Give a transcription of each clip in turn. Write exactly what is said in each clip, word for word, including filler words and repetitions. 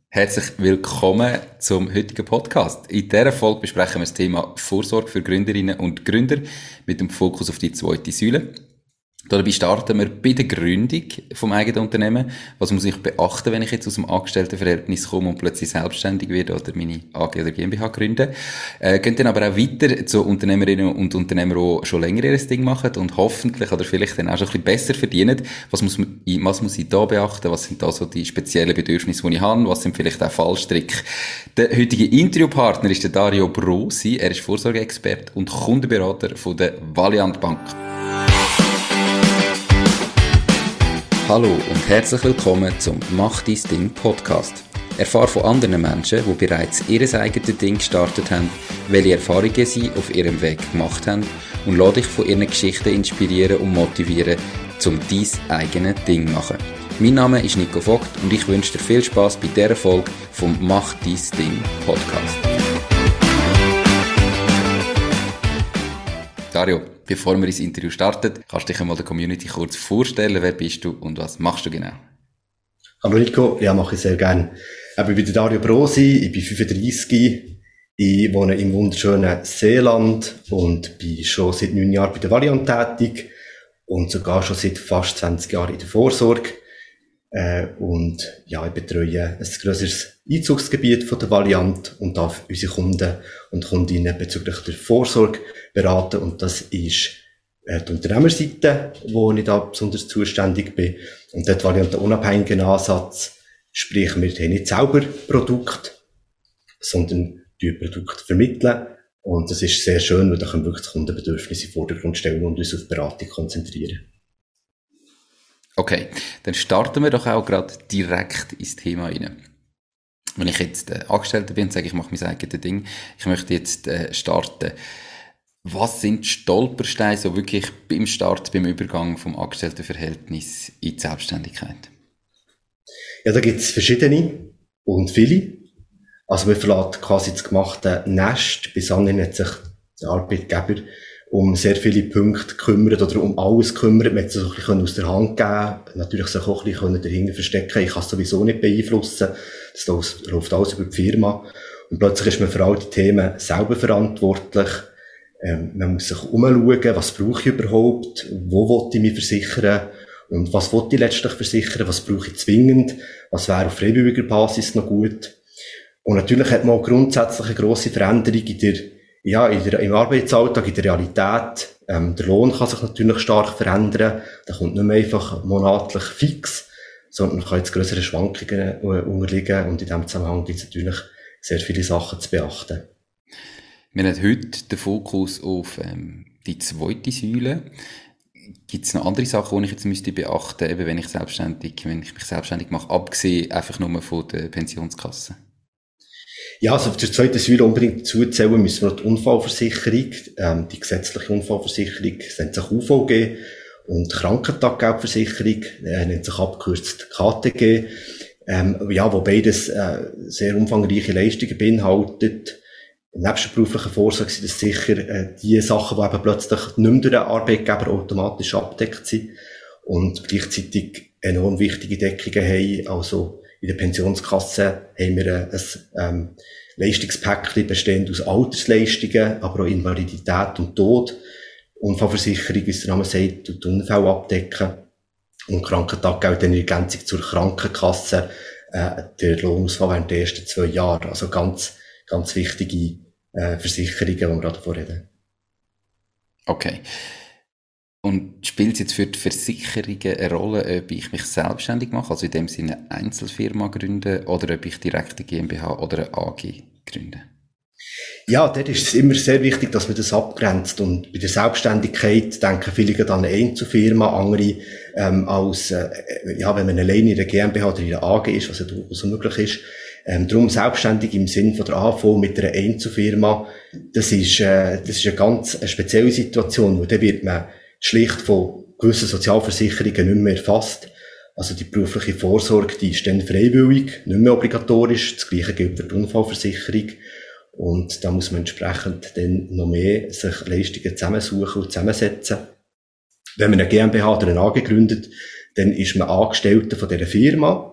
Herzlich willkommen zum heutigen Podcast. In dieser Folge besprechen wir das Thema Vorsorge für Gründerinnen und Gründer mit dem Fokus auf die zweite Säule. Dabei starten wir bei der Gründung vom eigenen Unternehmen. Was muss ich beachten, wenn ich jetzt aus dem Angestelltenverhältnis komme und plötzlich selbstständig werde oder meine A G oder GmbH gründe? Äh, gehen dann aber auch weiter zu Unternehmerinnen und Unternehmern, die schon länger ihr Ding machen und hoffentlich oder vielleicht dann auch schon ein bisschen besser verdienen. Was muss man, was muss ich da beachten? Was sind da so die speziellen Bedürfnisse, die ich habe? Was sind vielleicht auch Fallstricke? Der heutige Interviewpartner ist der Dario Brosi. Er ist Vorsorgeexperte und Kundenberater von der Valiant Bank. Hallo und herzlich willkommen zum Mach dein Ding Podcast. Erfahre von anderen Menschen, die bereits ihr eigenes Ding gestartet haben, welche Erfahrungen sie auf ihrem Weg gemacht haben und lass dich von ihren Geschichten inspirieren und motivieren, um dein eigenes Ding zu machen. Mein Name ist Nico Vogt und ich wünsche dir viel Spass bei dieser Folge vom Mach dein Ding Podcast. Dario, bevor wir ins Interview starten, kannst du dich einmal der Community kurz vorstellen. Wer bist du und was machst du genau? Hallo Nico, ja, mache ich sehr gerne. Ich bin der Dario Brosi, ich bin fünfunddreissig, ich wohne im wunderschönen Seeland und bin schon seit neun Jahren bei der Valiant tätig und sogar schon seit fast zwanzig Jahren in der Vorsorge. Äh, und ja, ich betreue ein grösseres Einzugsgebiet von der Valiant und darf unsere Kunden und Kundinnen bezüglich der Vorsorge beraten. Und das ist äh, die Unternehmerseite, wo ich da besonders zuständig bin. Und dort Valiant einen unabhängigen Ansatz. Sprich, wir haben nicht selber Produkte, sondern die Produkte vermitteln. Und das ist sehr schön, weil da können wir wirklich die Kundenbedürfnisse in den Vordergrund stellen und uns auf Beratung konzentrieren. Okay, dann starten wir doch auch gerade direkt ins Thema rein. Wenn ich jetzt äh, Angestellter bin und sage, ich mache mein eigenes Ding, ich möchte jetzt äh, starten. Was sind die Stolpersteine so wirklich beim Start, beim Übergang vom Angestelltenverhältnis in die Selbstständigkeit? Ja, da gibt es verschiedene und viele. Also man verlässt quasi das gemachte Nest, bis anhin hat sich der Arbeitgeber um sehr viele Punkte gekümmert oder um alles gekümmert. Man hat es so ein bisschen aus der Hand geben, natürlich sich auch ein bisschen dahinter verstecken. Ich kann es sowieso nicht beeinflussen. Das läuft alles über die Firma. Und plötzlich ist man für all die Themen selber verantwortlich. Ähm, man muss sich umschauen, was brauche ich überhaupt? Wo will ich mich versichern? Und was will ich letztlich versichern? Was brauche ich zwingend? Was wäre auf freiwilliger Basis noch gut? Und natürlich hat man auch grundsätzlich eine grosse Veränderung in der Ja, in der, im Arbeitsalltag, in der Realität. Ähm, der Lohn kann sich natürlich stark verändern. Der kommt nicht mehr einfach monatlich fix, sondern kann jetzt grössere Schwankungen äh, unterliegen. Und in diesem Zusammenhang gibt es natürlich sehr viele Sachen zu beachten. Wir haben heute den Fokus auf ähm, die zweite Säule. Gibt es noch andere Sachen, die ich jetzt müsste beachten, eben wenn ich selbstständig, wenn ich mich selbstständig mache, abgesehen einfach nur von der Pensionskasse? Ja, also zur zweiten Säule unbedingt zuzählen müssen wir noch die Unfallversicherung, ähm, die gesetzliche Unfallversicherung, das nennt sich U V G, und die Krankentaggeldversicherung, äh, nennt sich abgekürzt K T G, ähm, ja, wo beides äh, sehr umfangreiche Leistungen beinhaltet. Nebst der beruflichen Vorsorge sind das sicher äh, die Sachen, die eben plötzlich nicht mehr durch den Arbeitgeber automatisch abdeckt sind und gleichzeitig enorm wichtige Deckungen haben. Also in der Pensionskasse haben wir ein ähm, Leistungspäckchen bestehend aus Altersleistungen, aber auch Invalidität und Tod. Unfallversicherung, wie es der Name sagt, tut Unfälle abdecken. Und Krankentaggeld in Ergänzung zur Krankenkasse, äh, der Lohnausfall während der ersten zwei Jahre. Also ganz, ganz wichtige äh, Versicherungen, die wir davon reden. Okay. Und spielt es jetzt für die Versicherungen eine Rolle, ob ich mich selbstständig mache, also in dem Sinne eine Einzelfirma gründe, oder ob ich direkt eine GmbH oder eine A G gründe? Ja, dort ist es immer sehr wichtig, dass man das abgrenzt. Und bei der Selbstständigkeit denken viele an eine Einzelfirma, andere ähm, als, äh, ja, wenn man alleine in der GmbH oder in der A G ist, was ja durchaus möglich ist. Ähm, darum selbstständig im Sinn von der A V mit einer Einzelfirma, das ist, äh, das ist eine ganz eine spezielle Situation, weil da wird man schlicht von gewissen Sozialversicherungen nicht mehr erfasst. Also die berufliche Vorsorge, die ist dann freiwillig, nicht mehr obligatorisch. Das Gleiche gilt für die Unfallversicherung. Und da muss man entsprechend dann noch mehr sich Leistungen zusammensuchen und zusammensetzen. Wenn man eine GmbH oder eine A G gründet, dann ist man Angestellter von dieser Firma.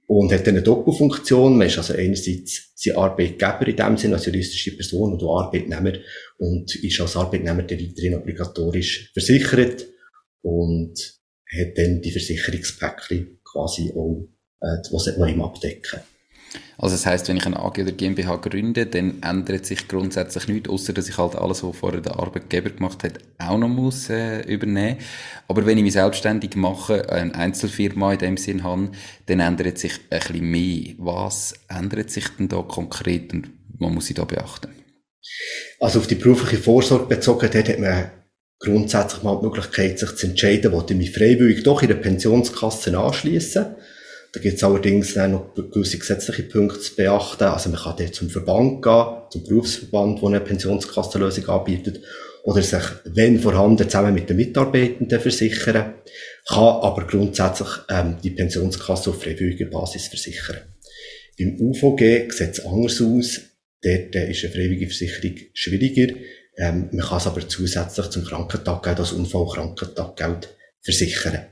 und hat dann eine Doppelfunktion. Man ist also einerseits sein Arbeitgeber in dem Sinne, als juristische Person und auch Arbeitnehmer und ist als Arbeitnehmer dann weiterhin obligatorisch versichert und hat dann die Versicherungspäckchen quasi auch, äh, was man ihm abdecken. Also das heisst, wenn ich eine A G oder GmbH gründe, dann ändert sich grundsätzlich nichts, ausser dass ich halt alles, was vorher der Arbeitgeber gemacht hat, auch noch muss äh, übernehmen. Aber wenn ich mich selbstständig mache, eine Einzelfirma in dem Sinn habe, dann ändert sich ein bisschen mehr. Was ändert sich denn da konkret und was muss ich da beachten? Also auf die berufliche Vorsorge bezogen, dort hat man grundsätzlich mal die Möglichkeit, sich zu entscheiden, wo ich mich freiwillig doch in der Pensionskasse anschliessen. Da gibt es allerdings noch gewisse gesetzliche Punkte zu beachten. Also man kann dort zum Verband gehen, zum Berufsverband, der eine Pensionskassenlösung anbietet, oder sich, wenn vorhanden, zusammen mit den Mitarbeitenden versichern, kann aber grundsätzlich ähm, die Pensionskasse auf freiwilliger Basis versichern. Beim U V G sieht es anders aus. Dort äh, ist eine freiwillige Versicherung schwieriger. Ähm, man kann es aber zusätzlich zum Krankentaggeld, das Unfallkrankentaggeld, versichern.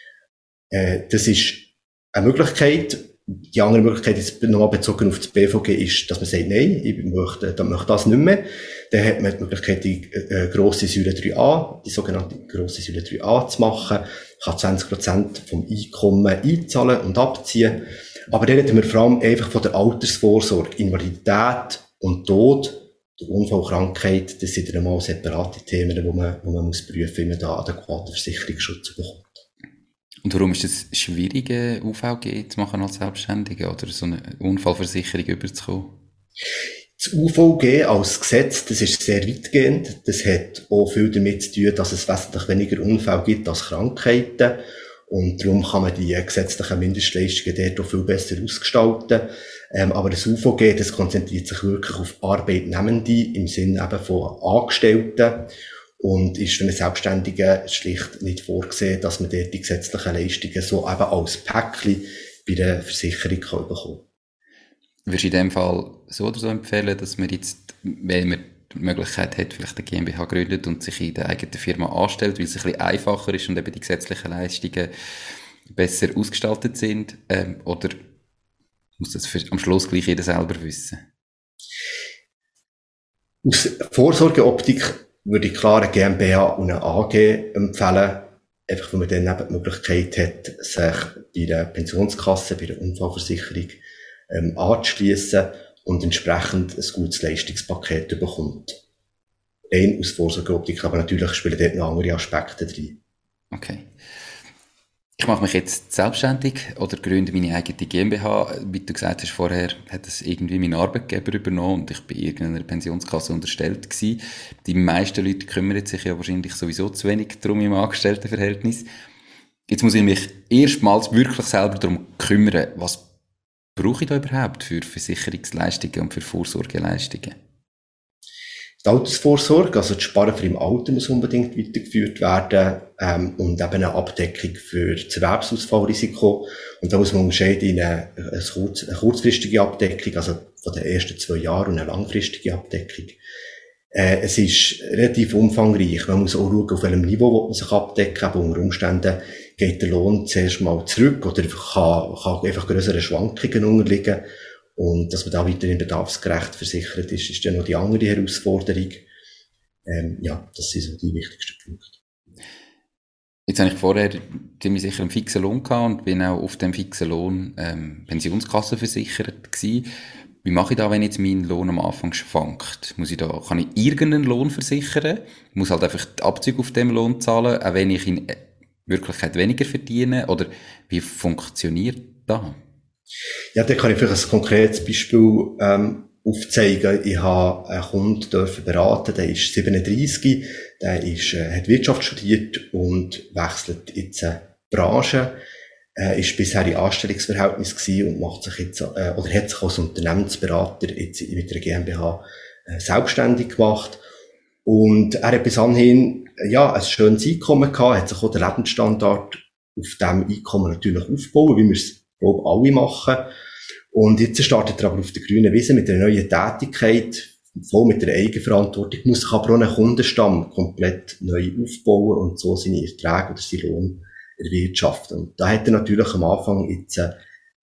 Äh, das ist eine Möglichkeit. Die andere Möglichkeit, jetzt nochmal bezogen auf das B V G, ist, dass man sagt, nein, ich möchte, dann möchte das nicht mehr. Dann hat man die Möglichkeit, die äh, grosse Säule drei a, die sogenannte grosse Säule drei a zu machen, kann zwanzig Prozent vom Einkommen einzahlen und abziehen. Aber dann reden wir vor allem einfach von der Altersvorsorge. Invalidität und Tod, die Unfallkrankheit, das sind dann mal separate Themen, wo man, wo man muss prüfen, wie man da adäquaten Versicherungsschutz bekommt. Und warum ist es schwierig, U V G zu machen als Selbstständiger oder so eine Unfallversicherung überzukommen? Das U V G als Gesetz, das ist sehr weitgehend. Das hat auch viel damit zu tun, dass es wesentlich weniger Unfälle gibt als Krankheiten. Und darum kann man die gesetzlichen Mindestleistungen dort auch viel besser ausgestalten. Ähm, aber das U V G, das konzentriert sich wirklich auf Arbeitnehmende im Sinne eben von Angestellten und ist für einen Selbstständigen schlicht nicht vorgesehen, dass man dort die gesetzlichen Leistungen so eben als Päckchen bei der Versicherung kann bekommen. Würdest du in dem Fall so oder so empfehlen, dass man jetzt, wenn man die Möglichkeit hat, vielleicht eine GmbH gründet und sich in der eigenen Firma anstellt, weil es ein bisschen einfacher ist und eben die gesetzlichen Leistungen besser ausgestaltet sind, ähm, oder muss das für, am Schluss gleich jeder selber wissen? Aus Vorsorgeoptik würde ich klar eine GmbH und eine A G empfehlen, einfach weil man dann eben die Möglichkeit hat, sich bei der Pensionskasse, bei der Unfallversicherung ähm, anzuschliessen und entsprechend ein gutes Leistungspaket bekommt. Rein aus Vorsorgeoptik, aber natürlich spielen dort noch andere Aspekte drin. Okay. Ich mache mich jetzt selbstständig oder gründe meine eigene GmbH. Wie du gesagt hast vorher, hat das irgendwie mein Arbeitgeber übernommen und ich bin irgendeiner Pensionskasse unterstellt gewesen. Die meisten Leute kümmern sich ja wahrscheinlich sowieso zu wenig darum im Angestelltenverhältnis. Jetzt muss ich mich erstmals wirklich selber darum kümmern, was brauche ich da überhaupt für Versicherungsleistungen und für Vorsorgeleistungen? Die Altersvorsorge, also das Sparen für im Alter, muss unbedingt weitergeführt werden, ähm, und eben eine Abdeckung für das Erwerbsausfallrisiko. Und da muss man unterscheiden in eine, eine, kurz, eine kurzfristige Abdeckung, also von den ersten zwei Jahren, und eine langfristige Abdeckung. Äh, es ist relativ umfangreich. Man muss auch schauen, auf welchem Niveau man sich abdecken, aber unter Umständen geht der Lohn zuerst mal zurück oder kann, kann einfach größere Schwankungen unterliegen. Und dass man da weiterhin bedarfsgerecht versichert ist, ist dann noch die andere Herausforderung. Ähm, ja, das sind so die wichtigsten Punkte. Jetzt habe ich vorher ziemlich sicher einen fixen Lohn gehabt und bin auch auf dem fixen Lohn ähm, Pensionskasse versichert gewesen. Wie mache ich da, wenn jetzt mein Lohn am Anfang schwankt? Muss ich da, kann ich irgendeinen Lohn versichern? Ich muss halt einfach die Abzüge auf dem Lohn zahlen, auch wenn ich in Wirklichkeit weniger verdiene? Oder wie funktioniert das? Ja, da kann ich vielleicht ein konkretes Beispiel ähm, aufzeigen. Ich habe einen Kunden dürfen beraten, der ist siebenunddreissig, der ist, äh, hat Wirtschaft studiert und wechselt jetzt eine Branche, äh, ist bisher in Anstellungsverhältnis gewesen und macht sich jetzt, äh, oder hat sich als Unternehmensberater jetzt mit der GmbH äh, selbstständig gemacht. Und er hat bis anhin, ja, ein schönes Einkommen gehabt, hat sich auch den Lebensstandard auf diesem Einkommen natürlich aufgebaut, wie wir es glaube alle machen. Und jetzt startet er aber auf der grünen Wiese mit einer neuen Tätigkeit, voll mit der Eigenverantwortung, muss sich aber auch einen Kundenstamm komplett neu aufbauen und so seine Erträge oder seinen Lohn erwirtschaften. Und da hat er natürlich am Anfang jetzt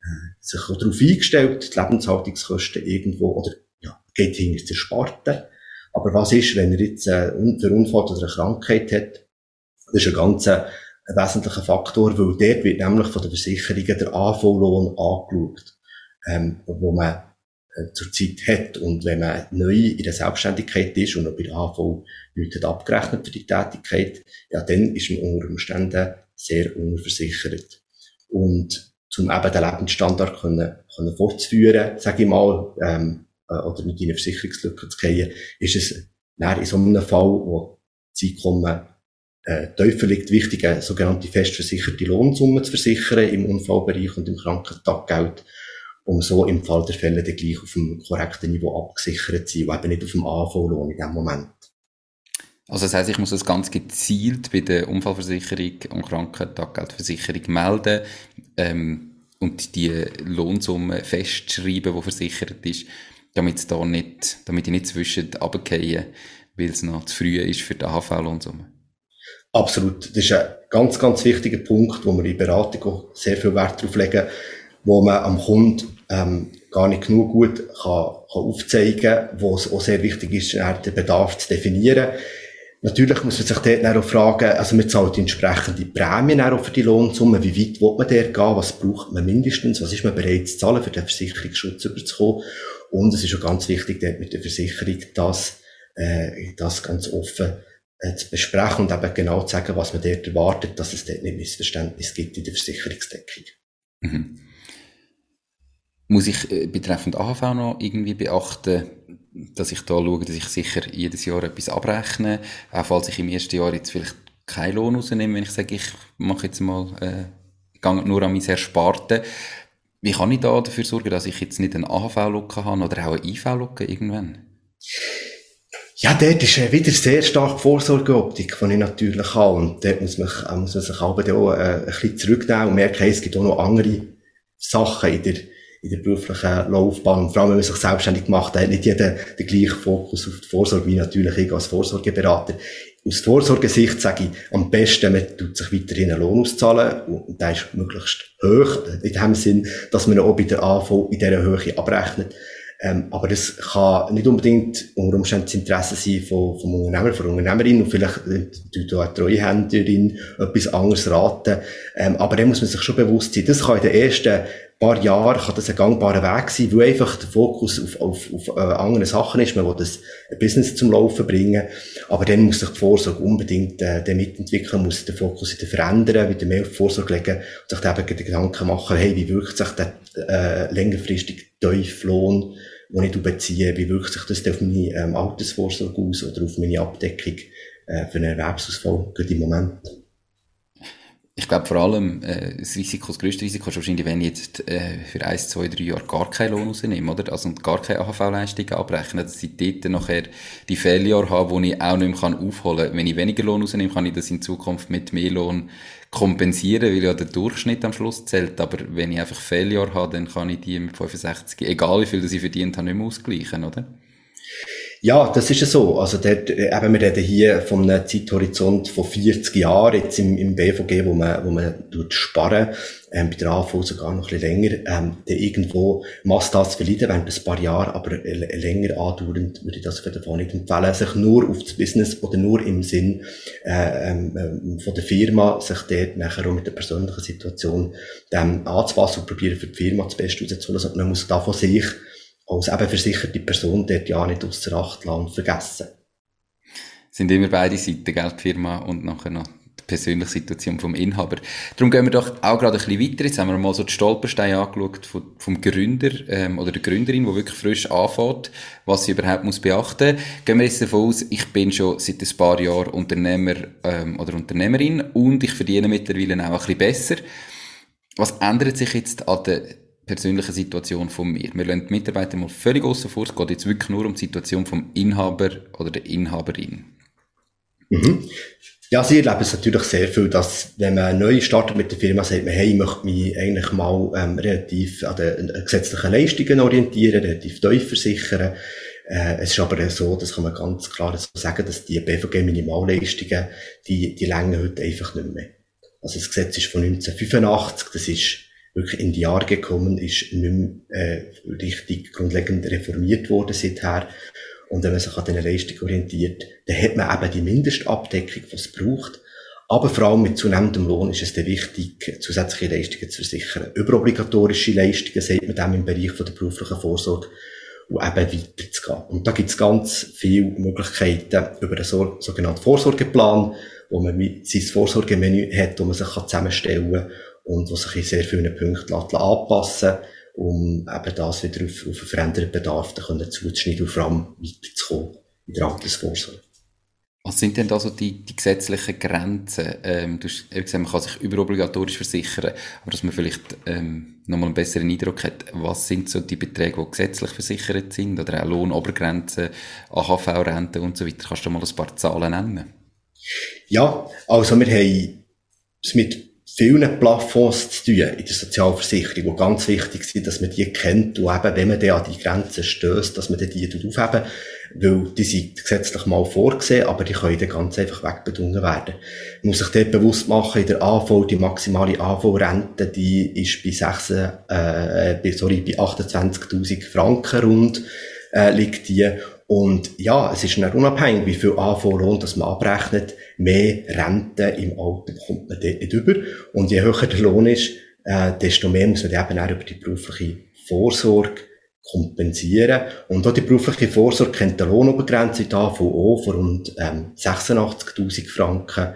sich auch darauf eingestellt, die Lebenshaltungskosten irgendwo, oder, ja, geht hinter zur Sparte. Aber was ist, wenn er jetzt äh, einen Unfall oder eine Krankheit hat? Das ist ein ganz äh, ein wesentlicher Faktor, weil dort wird nämlich von den Versicherungen der A V-Lohn angeschaut, ähm, wo man äh, zurzeit hat. Und wenn man neu in der Selbstständigkeit ist und noch bei der A V nichts hat abgerechnet für die Tätigkeit, ja, dann ist man unter Umständen sehr unterversichert. Und zum eben den Lebensstandard können, können fortzuführen, sage ich mal, ähm, äh, oder mit einer Versicherungslücke zu gehen, ist es dann in so einem Fall, wo das Einkommen äh, tiefer liegt, wichtig, eine sogenannte festversicherte Lohnsumme zu versichern im Unfallbereich und im Krankentaggeld, um so im Fall der Fälle dann gleich auf dem korrekten Niveau abgesichert zu sein, und eben nicht auf dem A V-Lohn in dem Moment. Also das heisst, ich muss das ganz gezielt bei der Unfallversicherung und Krankentaggeldversicherung melden ähm, und die Lohnsumme festschreiben, die versichert ist, damit da nicht, damit ich nicht zwischen runterfallen, weil es noch zu früh ist für die A H V-Lohnsumme. Absolut. Das ist ein ganz, ganz wichtiger Punkt, wo wir in Beratung auch sehr viel Wert drauf legen, wo man am Kunden ähm, gar nicht genug gut kann, kann aufzeigen kann, wo es auch sehr wichtig ist, den Bedarf zu definieren. Natürlich muss man sich dort auch fragen, also man zahlt entsprechende Prämien auch für die Lohnsumme, wie weit will man dort gehen, was braucht man mindestens, was ist man bereit zu zahlen, für den Versicherungsschutz überzukommen. Und es ist auch ganz wichtig, dort mit der Versicherung das, äh, das ganz offen äh, zu besprechen und eben genau zu sagen, was man dort erwartet, dass es dort nicht Missverständnis gibt in der Versicherungsdeckung. Mhm. Muss ich äh, betreffend A H V noch irgendwie beachten, dass ich da schaue, dass ich sicher jedes Jahr etwas abrechne, auch falls ich im ersten Jahr jetzt vielleicht keinen Lohn rausnehme, wenn ich sage, ich mache jetzt mal, äh, gehe nur an mein Ersparte. Wie kann ich da dafür sorgen, dass ich jetzt nicht eine A H V-Lücke habe oder auch eine I V-Lücke irgendwann? Ja, dort ist wieder sehr stark Vorsorgeoptik, die ich natürlich habe. Und dort muss man, muss man sich aber auch ein bisschen zurücknehmen und merken, es gibt auch noch andere Sachen in der, in der beruflichen Laufbahn. Und vor allem, wenn man sich selbstständig macht, hat nicht jeder den gleichen Fokus auf die Vorsorge wie natürlich ich als Vorsorgeberater. Aus Vorsorgesicht sage ich, am besten, man tut sich weiterhin einen Lohn auszahlen und der ist möglichst hoch, in dem Sinn, dass man ihn auch bei der A V in dieser Höhe abrechnet. Ähm, aber das kann nicht unbedingt unter Umständen das Interesse sein vom, vom Unternehmer, von der Unternehmerin, und vielleicht tut auch eine Treuhänderin etwas anderes raten. Ähm, aber da muss man sich schon bewusst sein, das kann in den ersten paar Jahren kann das ein gangbarer Weg sein, weil einfach der Fokus auf, auf, auf äh, andere Sachen ist. Man will das Business zum Laufen bringen. Aber dann muss sich die Vorsorge unbedingt äh, mitentwickeln, muss den Fokus wieder verändern, wieder mehr auf die Vorsorge legen und sich eben den Gedanken machen, hey, wie wirkt sich der äh, längerfristig tiefe Lohn, den ich beziehe, wie wirkt sich das auf meine ähm, Altersvorsorge aus oder auf meine Abdeckung äh, für einen Erwerbsausfall, gerade im Moment. Ich glaube vor allem, äh, das Risiko, das grösste Risiko ist wahrscheinlich, wenn ich jetzt äh, für eins, zwei, drei Jahre gar keinen Lohn rausnehme, oder? Also und gar keine A H V-Leistungen abrechne, dass ich dort nachher die Fehljahre habe, wo ich auch nicht mehr aufholen kann. Wenn ich weniger Lohn rausnehme, kann ich das in Zukunft mit mehr Lohn kompensieren, weil ja der Durchschnitt am Schluss zählt. Aber wenn ich einfach Fehljahre habe, dann kann ich die mit fünfundsechzig, egal wie viel das ich verdient habe, nicht mehr ausgleichen, oder? Ja, das ist ja so. Also dort, eben, wir reden hier von einem Zeithorizont von vierzig Jahren, jetzt im, im B V G, wo man, wo man tut sparen, ähm, bei der A V sogar noch ein bisschen länger, ähm, dann irgendwo muss das verleiden während ein paar Jahre, aber länger andauernd würde ich das für davon nicht empfehlen, sich nur auf das Business oder nur im Sinn, äh, ähm, von der Firma, sich dort nachher auch mit der persönlichen Situation, ähm, anzupassen und probieren für die Firma das Beste rauszuholen, sondern man muss da von sich als eben versicherte Person dort ja nicht ausser Acht lassen und vergessen. Sind immer beide Seiten, gell, die Firma und nachher noch die persönliche Situation vom Inhaber. Darum gehen wir doch auch gerade ein bisschen weiter. Jetzt haben wir mal so die Stolpersteine angeschaut vom, vom Gründer ähm, oder der Gründerin, die wirklich frisch anfängt, was sie überhaupt muss beachten. Gehen wir jetzt davon aus, ich bin schon seit ein paar Jahren Unternehmer ähm, oder Unternehmerin und ich verdiene mittlerweile auch ein bisschen besser. Was ändert sich jetzt an der persönliche Situation von mir? Wir lassen die Mitarbeiter mal völlig aussen vor. Es geht jetzt wirklich nur um die Situation vom Inhaber oder der Inhaberin. Mhm. Ja, sie erleben es natürlich sehr viel, dass, wenn man neu startet mit der Firma, sagt man, hey, ich möchte mich eigentlich mal ähm, relativ an den gesetzlichen Leistungen orientieren, relativ tief versichern. Äh, es ist aber so, das kann man ganz klar so sagen, dass die B V G-Minimalleistungen, die, die länger heute einfach nicht mehr. Also das Gesetz ist von neunzehnhundertfünfundachtzig, das ist wirklich in die Jahre gekommen, ist nicht mehr äh, richtig grundlegend reformiert worden seither. Und wenn man sich an diese Leistung orientiert, dann hat man eben die Mindestabdeckung, die es braucht. Aber vor allem mit zunehmendem Lohn ist es dann wichtig, zusätzliche Leistungen zu versichern. Überobligatorische Leistungen, sagt man dem im Bereich der beruflichen Vorsorge, und eben weiterzugehen. Und da gibt es ganz viele Möglichkeiten über einen so, sogenannten Vorsorgeplan, wo man sein Vorsorgemenü hat, wo man sich zusammenstellen kann und wo sich in sehr vielen Punkten anpassen lässt, um eben das wieder auf, auf einen veränderten Bedarf zuzuschneiden und vor allem weiterzukommen in der Altersvorsorge. Was sind denn da so die, die gesetzlichen Grenzen? Ähm, du hast gesagt, man kann sich überobligatorisch versichern, aber dass man vielleicht ähm, nochmal einen besseren Eindruck hat. Was sind so die Beträge, die gesetzlich versichert sind? Oder auch Lohnobergrenzen, A H V-Rente und so weiter? Kannst du mal ein paar Zahlen nennen? Ja, also wir haben es mit vielen Plafonds zu tun in der Sozialversicherung, die ganz wichtig sind, dass man die kennt und eben, wenn man dann an die Grenzen stößt, dass man dann die aufheben, weil die sind gesetzlich mal vorgesehen, aber die können dann ganz einfach wegbedungen werden. Man muss sich dort bewusst machen, in der A V, die maximale A V-Rente, die ist bei sechs, äh, bei, sorry, bei achtundzwanzigtausend Franken rund, äh, liegt die. Und ja, es ist dann unabhängig, wie viel A V-Lohn das man abrechnet, mehr Rente im Alter bekommt man dort nicht über. Und je höher der Lohn ist, äh, desto mehr muss man eben auch über die berufliche Vorsorge kompensieren. Und auch die berufliche Vorsorge kennt die Lohnobergrenze in der A V O von rund ähm, sechsundachtzigtausend Franken.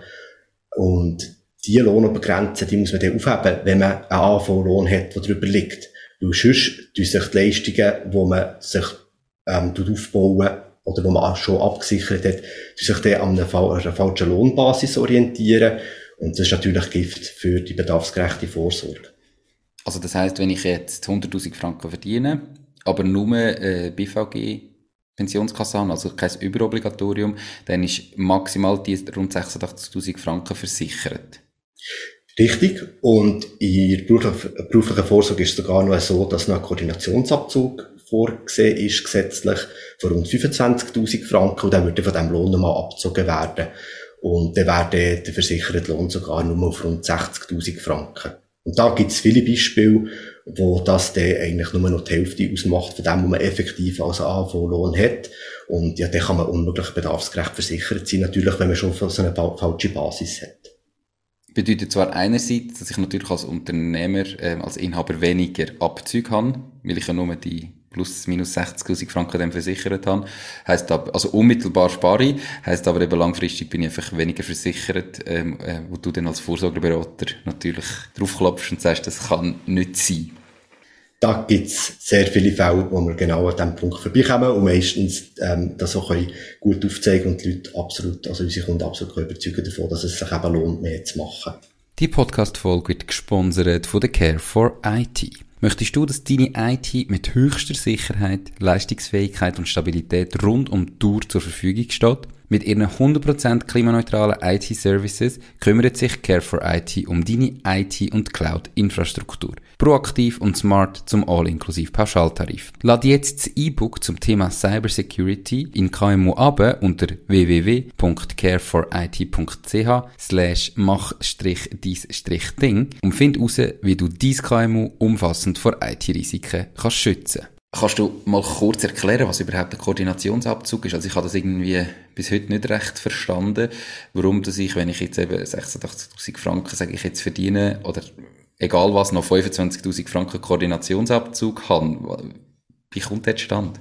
Und diese Lohnobergrenze, die muss man dann aufheben, wenn man einen A V-Lohn hat, der darüber liegt. Weil sonst tun sich die Leistungen, die man sich ähm, aufbauen oder wo man schon abgesichert hat, sich dann an einer, an einer falschen Lohnbasis orientieren. Und das ist natürlich Gift für die bedarfsgerechte Vorsorge. Also das heisst, wenn ich jetzt hunderttausend Franken verdiene, aber nur äh, B V G-Pensionskasse habe, also kein Überobligatorium, dann ist maximal die rund sechsundachtzigtausend Franken versichert. Richtig. Und in der beruflichen Vorsorge ist es sogar noch so, dass noch ein Koordinationsabzug vorgesehen ist, gesetzlich, von rund fünfundzwanzigtausend Franken, und dann würde von diesem Lohn nochmal abgezogen werden. Und dann wäre der versicherte Lohn sogar nur auf rund sechzigtausend Franken. Und da gibt es viele Beispiele, wo das dann eigentlich nur noch die Hälfte ausmacht von dem, was man effektiv als A V-Lohn hat. Und ja, dann kann man unmöglich bedarfsgerecht versichert sein, natürlich, wenn man schon so eine falsche Basis hat. Bedeutet zwar einerseits, dass ich natürlich als Unternehmer, äh, als Inhaber weniger Abzüge habe, weil ich ja nur die plus minus sechzigtausend Franken dann versichert habe. Heisst aber, also unmittelbar spare ich, heisst aber eben langfristig bin ich einfach weniger versichert, ähm, äh, wo du dann als Vorsorgeberater natürlich draufklopfst und sagst, das kann nicht sein. Da gibt's sehr viele Fälle, wo wir genau an diesem Punkt vorbeikommen und meistens ähm, das auch können gut aufzeigen und die Leute absolut, also unsere Kunden absolut überzeugen davon, dass es sich eben lohnt, mehr zu machen. Die Podcast-Folge wird gesponsert von der Care for I T. Möchtest du, dass deine I T mit höchster Sicherheit, Leistungsfähigkeit und Stabilität rund um die Tour zur Verfügung steht? Mit ihren hundert Prozent klimaneutralen I T-Services kümmert sich Care for I T um deine I T- und Cloud-Infrastruktur. Proaktiv und smart zum All-Inklusiv-Pauschaltarif. Lad jetzt das E-Book zum Thema Cybersecurity in K M U ab unter w w w punkt care for i t punkt c h slash mach-dies-ding und find heraus, wie du dein K M U umfassend vor I T-Risiken kannst schützen. Kannst du mal kurz erklären, was überhaupt ein Koordinationsabzug ist? Also ich habe das irgendwie bis heute nicht recht verstanden, warum dass ich, wenn ich jetzt eben sechsundachtzigtausend Franken, sage ich jetzt, verdiene, oder egal was, noch fünfundzwanzigtausend Franken Koordinationsabzug habe. Wie kommt der zustande?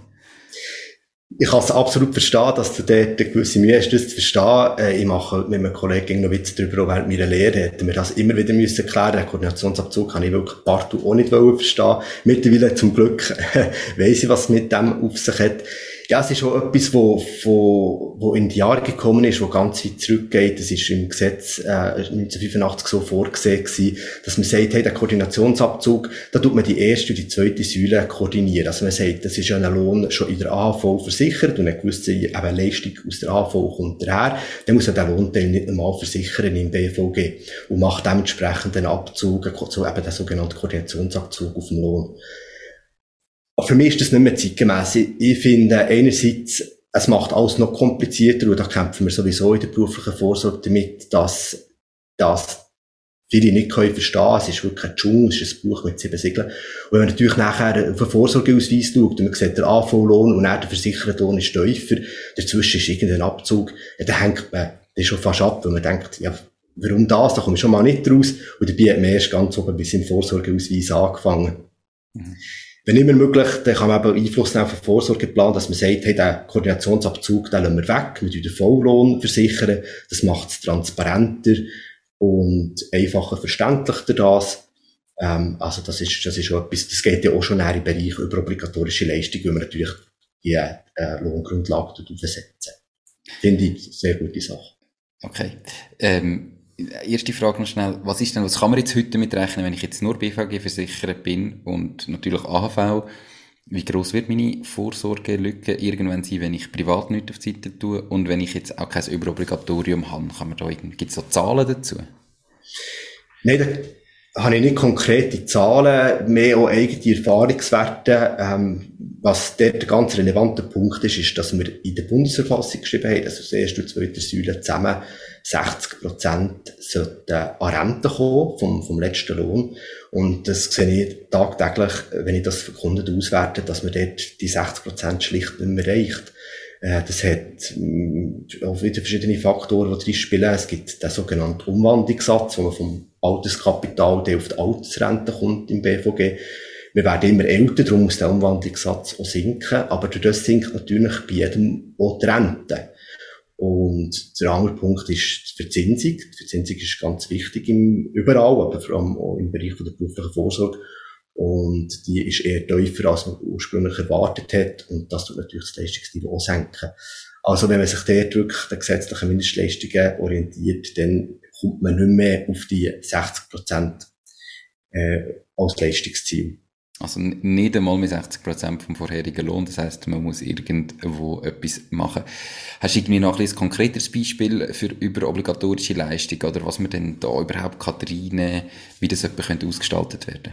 Ich kann es absolut verstehen, dass du dort eine gewisse Mühe hast, das zu verstehen. Ich mache mit einem Kollegen noch Witze darüber, auch während meiner Lehre hätten wir das immer wieder müssen erklären. Den Koordinationsabzug kann ich wirklich partout auch nicht verstehen. Mittlerweile zum Glück weiss ich, was mit dem auf sich hat. Ja, es ist auch etwas, wo, wo, wo in die Jahre gekommen ist, wo ganz weit zurückgeht. Das ist im Gesetz äh, neunzehnhundertfünfundachtzig so vorgesehen gewesen, dass man sagt, hey, der Koordinationsabzug, da tut man die erste und die zweite Säule koordinieren. Also man sagt, das ist ja ein Lohn schon in der A H V versichert und eine gewisse eben Leistung aus der A H V kommt daher. Dann muss er den Lohnteil nicht normal versichern im B V G und macht dementsprechend einen Abzug, so eben den sogenannten Koordinationsabzug auf dem Lohn. Aber für mich ist das nicht mehr zeitgemäss. Ich finde, einerseits, es macht alles noch komplizierter und da kämpfen wir sowieso in der beruflichen Vorsorge damit, dass, dass viele nicht können verstehen. Es ist wirklich ein Dschungel, es ist ein Buch mit sieben Siegeln. Und wenn man natürlich nachher auf den Vorsorgeausweis schaut und man sieht, der A V-Lohn und dann der versicherte Lohn ist tiefer, dazwischen ist irgendein Abzug, ja, dann hängt man das schon fast ab, weil man denkt, ja, warum das? Da komme ich schon mal nicht raus. Und dabei hat man erst ganz oben bis im Vorsorgeausweis angefangen. Mhm. Wenn immer möglich, dann kann man eben Einfluss nehmen auf den Vorsorgeplan, dass man sagt, hey, den Koordinationsabzug, den lassen wir weg, wir tun den Volllohn versichern, das macht es transparenter und einfacher verständlicher das. Ähm, also das ist, das ist auch etwas, das geht ja auch schon in den Bereich über obligatorische Leistungen, weil man natürlich die äh, Lohngrundlage aufsetzen. Finde ich eine sehr gute Sache. Okay. Ähm, erste Frage noch schnell. Was ist denn, was kann man jetzt heute damit rechnen, wenn ich jetzt nur B V G versichert bin und natürlich A H V? Wie gross wird meine Vorsorgelücke irgendwann sein, wenn ich privat nichts auf die Seite tue und wenn ich jetzt auch kein Überobligatorium habe? Kann man da irgendwie, gibt es da Zahlen dazu? Nein, da habe ich nicht konkrete Zahlen, mehr auch eigene Erfahrungswerte. Ähm, was dort der ganz relevante Punkt ist, ist, dass wir in der Bundesverfassung geschrieben haben, dass aus der ersten und zweiten Säule zusammen sechzig Prozent sollten an Rente kommen vom, vom letzten Lohn. Und das sehe ich tagtäglich, wenn ich das für Kunden auswerte, dass man dort die sechzig Prozent schlicht nicht mehr erreicht. Äh, das hat äh, auch wieder verschiedene Faktoren, die drin spielen. Es gibt den sogenannten Umwandlungssatz, wo man vom Alterskapital, der auf die Altersrente kommt im B V G. Wir werden immer älter, darum muss der Umwandlungssatz auch sinken. Aber durch das sinkt natürlich bei jedem auch die Rente. Und der andere Punkt ist die Verzinsung. Die Verzinsung ist ganz wichtig im, überall, aber vor allem auch im Bereich der beruflichen Vorsorge. Und die ist eher tiefer, als man ursprünglich erwartet hat. Und das tut natürlich das Leistungsniveau auch senken. Also wenn man sich dort wirklich an gesetzlichen Mindestleistungen orientiert, dann kommt man nicht mehr auf die sechzig Prozent äh, als Leistungsziel. Also nicht einmal mit sechzig Prozent vom vorherigen Lohn, das heisst, man muss irgendwo etwas machen. Hast du irgendwie noch ein bisschen ein konkreteres Beispiel für überobligatorische Leistungen oder was man denn da überhaupt reinnehmen kann, wie das etwa könnte ausgestaltet werden?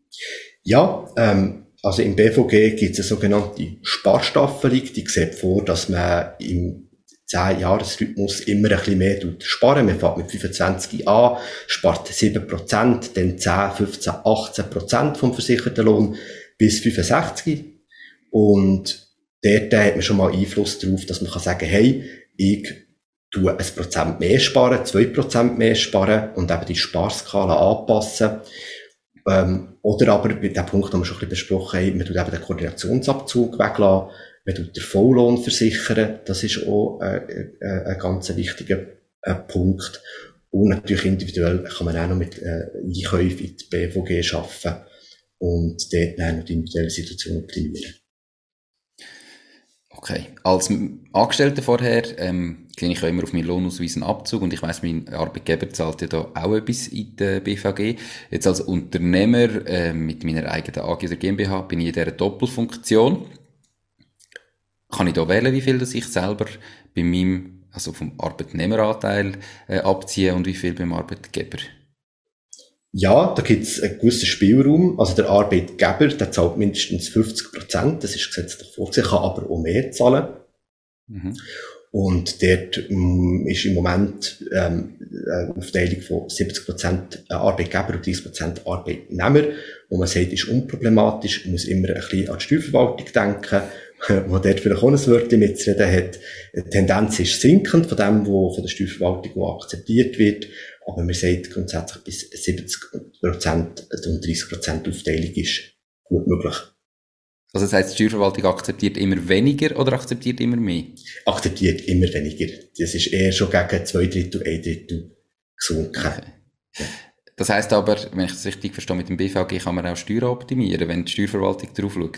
Ja, ähm, also im B V G gibt es eine sogenannte Sparstaffelung, die sieht vor, dass man im zehn-Jahres-Rhythmus immer ein bisschen mehr sparen. Man fängt mit fünfundzwanzig an, spart sieben Prozent, dann zehn, fünfzehn, achtzehn Prozent vom versicherten Lohn bis fünfundsechzig. Und dort hat man schon mal Einfluss darauf, dass man kann sagen, hey, ich tue ein Prozent mehr sparen, zwei Prozent mehr sparen und eben die Sparskala anpassen. Ähm, oder aber, bei dem Punkt haben wir schon ein bisschen besprochen, hey, man tut eben den Koordinationsabzug weglassen. Man tut den Volllohn versichern, das ist auch äh, äh, ein ganz wichtiger äh, Punkt. Und natürlich individuell kann man auch noch mit äh, Einkäufen in die B V G arbeiten und dort dann noch die individuelle Situation optimieren. Okay. Als Angestellter vorher ähm, gehe ich ja immer auf meinen Lohnausweis einen Abzug und ich weiss, mein Arbeitgeber zahlt ja da auch etwas in der B V G. Jetzt als Unternehmer äh, mit meiner eigenen A G oder GmbH bin ich in dieser Doppelfunktion. Kann ich da wählen, wie viel das ich selber bei meinem, also vom Arbeitnehmeranteil äh, abziehe und wie viel beim Arbeitgeber? Ja, da gibt es einen gewissen Spielraum. Also der Arbeitgeber, der zahlt mindestens fünfzig Prozent, das ist gesetzlich vorgesehen, kann aber auch mehr zahlen. Mhm. Und dort ähm, ist im Moment ähm, eine Aufteilung von siebzig Prozent Arbeitgeber und dreißig Prozent Arbeitnehmer, wo man sagt, ist unproblematisch, man muss immer ein bisschen an die Steuerverwaltung denken, wo dort vielleicht auch ein Wörtchen mitzureden hat. Die Tendenz ist sinkend von dem, was von der Steuerverwaltung akzeptiert wird. Aber man sagt grundsätzlich bis siebzig Prozent und dreißig Prozent Aufteilung ist gut möglich. Also das heisst, die Steuerverwaltung akzeptiert immer weniger oder akzeptiert immer mehr? Akzeptiert immer weniger. Das ist eher schon gegen zwei Drittel, ein Drittel gesunken. Okay. Ja. Das heisst aber, wenn ich das richtig verstehe, mit dem B V G kann man auch Steuern optimieren, wenn die Steuerverwaltung drauf schaut?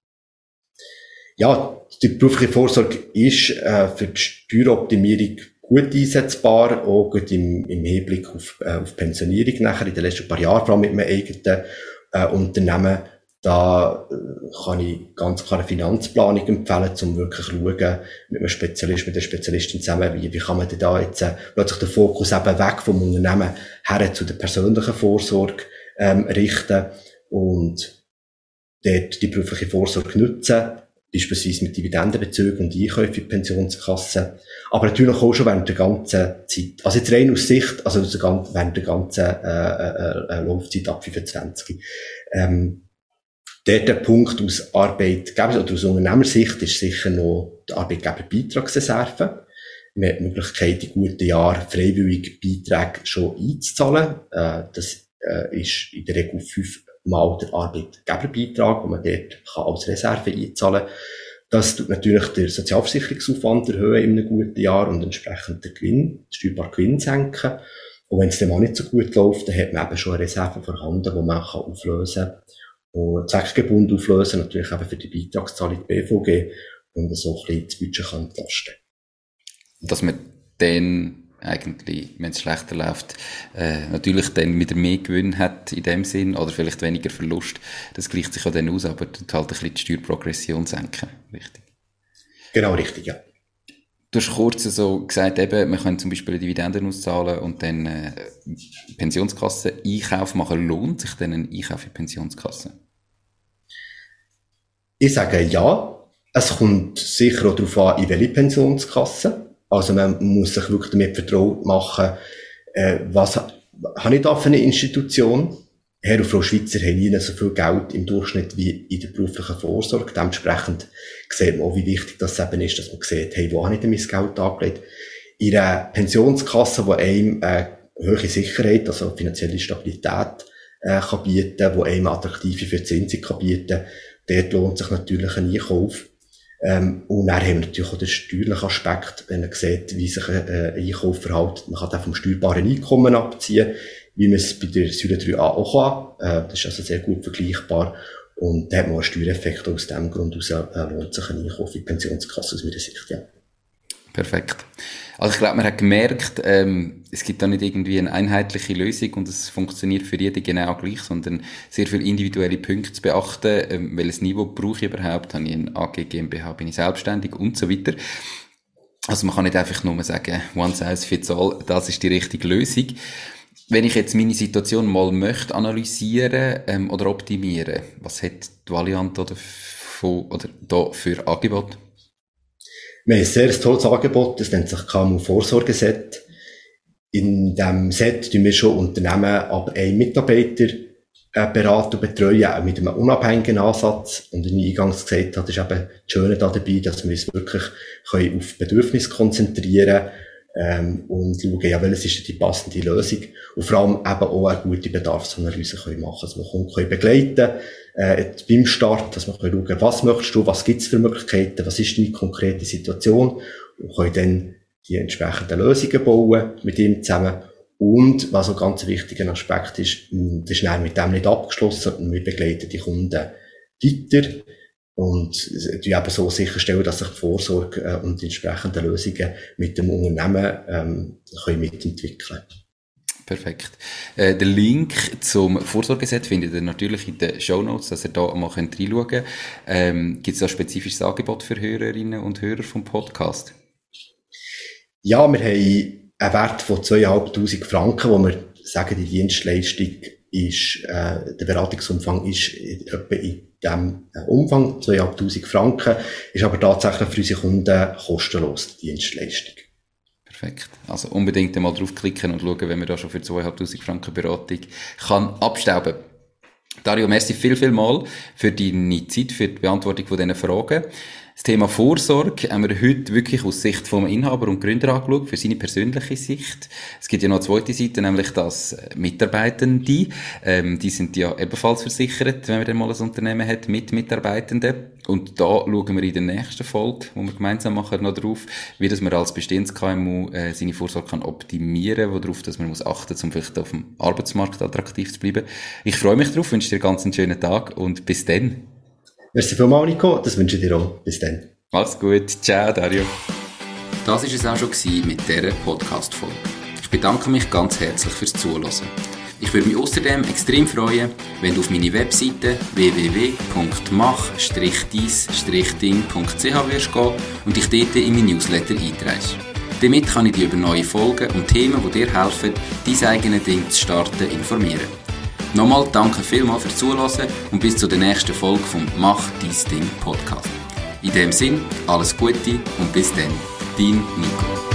Ja, die berufliche Vorsorge ist äh, für die Steueroptimierung gut einsetzbar, auch gut im, im Hinblick auf, äh, auf Pensionierung nachher in den letzten paar Jahren, vor allem mit einem eigenen äh, Unternehmen. Da äh, kann ich ganz klar eine Finanzplanung empfehlen, um wirklich zu schauen, mit einem Spezialist, mit der Spezialistin zusammen, wie, wie kann man denn da jetzt äh, plötzlich den Fokus eben weg vom Unternehmen her zu der persönlichen Vorsorge ähm, richten und dort die berufliche Vorsorge nutzen. beispielsweise mit Dividendenbezügen und Einkäufen in die Pensionskasse, aber natürlich auch schon während der ganzen Zeit. Also jetzt rein aus Sicht, also während der ganzen äh, äh, Laufzeit ab fünfundzwanzig. Ähm, der, der Punkt aus Arbeitgeber- oder aus Unternehmersicht ist sicher noch die Arbeitgeberbeitragsreserve. Man hat die Möglichkeit, in guten Jahren freiwillig Beiträge schon einzuzahlen. Äh, das äh, ist in der Regel fünfmal der Arbeitgeberbeitrag, den man dort kann als Reserve einzahlen kann. Das tut natürlich den Sozialversicherungsaufwand erhöhen in einem guten Jahr und entsprechend den Gewinn, den steuerbaren Gewinn senken. Und wenn es dann mal nicht so gut läuft, dann hat man eben schon eine Reserve vorhanden, die man kann auflösen kann. Und zweckgebunden auflösen, natürlich eben für die Beitragszahlung B V G und so ein bisschen das Budget kann entlasten. Dass man dann eigentlich, wenn es schlechter läuft, äh, natürlich dann wieder mehr Gewinn hat in dem Sinn, oder vielleicht weniger Verlust. Das gleicht sich ja dann aus, aber tut halt ein bisschen die Steuerprogression senken. Richtig. Genau, richtig, ja. Du hast kurz so gesagt, eben, man kann zum Beispiel Dividenden auszahlen und dann äh, Pensionskassen Einkauf machen. Lohnt sich dann ein Einkauf in Pensionskassen? Ich sage ja. Es kommt sicher auch darauf an, in welche Pensionskasse. Also man muss sich wirklich damit vertraut machen, äh, was habe ich da für eine Institution? Herr und Frau Schweizer haben nie so viel Geld im Durchschnitt wie in der beruflichen Vorsorge. Dementsprechend sieht man auch, wie wichtig das eben ist, dass man sieht, hey, wo habe ich denn mein Geld angelegt? In einer Pensionskasse, die einem äh, hohe Sicherheit, also finanzielle Stabilität äh, kann bieten, die einem attraktive Verzinsung kann bieten, dort lohnt sich natürlich ein Einkauf. Ähm, und dann haben wir natürlich auch den steuerlichen Aspekt, wenn man sieht, wie sich ein äh, Einkauf verhält. Man kann den vom steuerbaren Einkommen abziehen, wie man es bei der Säule drei a auch kann. Äh, das ist also sehr gut vergleichbar. Und da hat man einen Steuereffekt. Aus dem Grund heraus äh, lohnt sich ein Einkauf in die Pensionskasse aus meiner Sicht, ja. Perfekt. Also ich glaube, man hat gemerkt, ähm, es gibt da nicht irgendwie eine einheitliche Lösung und es funktioniert für jeden genau gleich, sondern sehr viele individuelle Punkte zu beachten. Ähm, welches Niveau brauche ich überhaupt? Habe ich ein A G, GmbH, bin ich selbstständig und so weiter. Also man kann nicht einfach nur sagen, one size fits all, das ist die richtige Lösung. Wenn ich jetzt meine Situation mal möchte analysieren ähm, oder optimieren, was hat die Valiant oder, von, oder da für Angebot? Wir haben ein sehr tolles Angebot, das nennt sich K M U-Vorsorgeset. In diesem Set tun wir schon Unternehmen ab einem Mitarbeiter äh, beraten und betreuen, auch mit einem unabhängigen Ansatz. Und wie ich eingangs gesagt habe, ist eben das Schöne dabei, dass wir uns wirklich können auf Bedürfnisse konzentrieren ähm, und schauen, ja, welches ist die passende Lösung. Und vor allem eben auch eine gute Bedarfsanalyse können machen, dass wir Kunden können begleiten äh, beim Start, dass wir können schauen, was möchtest du, was gibt es für Möglichkeiten, was ist deine konkrete Situation und können dann die entsprechenden Lösungen bauen mit ihm zusammen. Und was auch ganz ein wichtiger Aspekt ist, das ist dann mit dem nicht abgeschlossen, und wir begleiten die Kunden weiter und die eben so sicherstellen, dass sich die Vorsorge äh, und die entsprechenden Lösungen mit dem Unternehmen ähm, können mitentwickeln können. Perfekt. Äh, den Link zum Vorsorgeset findet ihr natürlich in den Shownotes, dass ihr da mal reinschauen könnt. Ähm, gibt es da ein spezifisches Angebot für Hörerinnen und Hörer vom Podcast? Ja, wir haben einen Wert von zweitausendfünfhundert Franken, wo wir sagen, die Dienstleistung ist, äh, der Beratungsumfang ist etwa in diesem Umfang, zweitausendfünfhundert Franken, ist aber tatsächlich für unsere Kunden kostenlos, die Dienstleistung. Perfekt. Also unbedingt einmal draufklicken und schauen, wenn man da schon für zweitausendfünfhundert Franken Beratung kann abstauben. Dario, merci viel, viel mal für deine Zeit, für die Beantwortung von diesen Fragen. Das Thema Vorsorge haben wir heute wirklich aus Sicht vom Inhaber und Gründer angeschaut, für seine persönliche Sicht. Es gibt ja noch eine zweite Seite, nämlich das Mitarbeitende. Ähm, die sind ja ebenfalls versichert, wenn man dann mal ein Unternehmen hat mit Mitarbeitenden. Und da schauen wir in der nächsten Folge, wo wir gemeinsam machen, noch drauf, wie dass man als bestehendes K M U äh, seine Vorsorge kann optimieren, worauf dass man muss achten, um vielleicht auf dem Arbeitsmarkt attraktiv zu bleiben. Ich freue mich drauf, wünsche dir einen ganz schönen Tag und bis dann. Merci vielmals, Nico. Das wünsche ich dir auch. Bis dann. Mach's gut. Ciao, Dario. Das war es auch schon mit dieser Podcast-Folge. Ich bedanke mich ganz herzlich fürs Zuhören. Ich würde mich außerdem extrem freuen, wenn du auf meine Webseite w w w punkt mach dies ding punkt c h wirst gehen und dich dort in mein Newsletter einträgst. Damit kann ich dich über neue Folgen und Themen, die dir helfen, dein eigenes Ding zu starten, informieren. Nochmal danke vielmals fürs Zuhören und bis zur nächsten Folge vom Mach dein Ding Podcast. In dem Sinn, alles Gute und bis dann, dein Nico.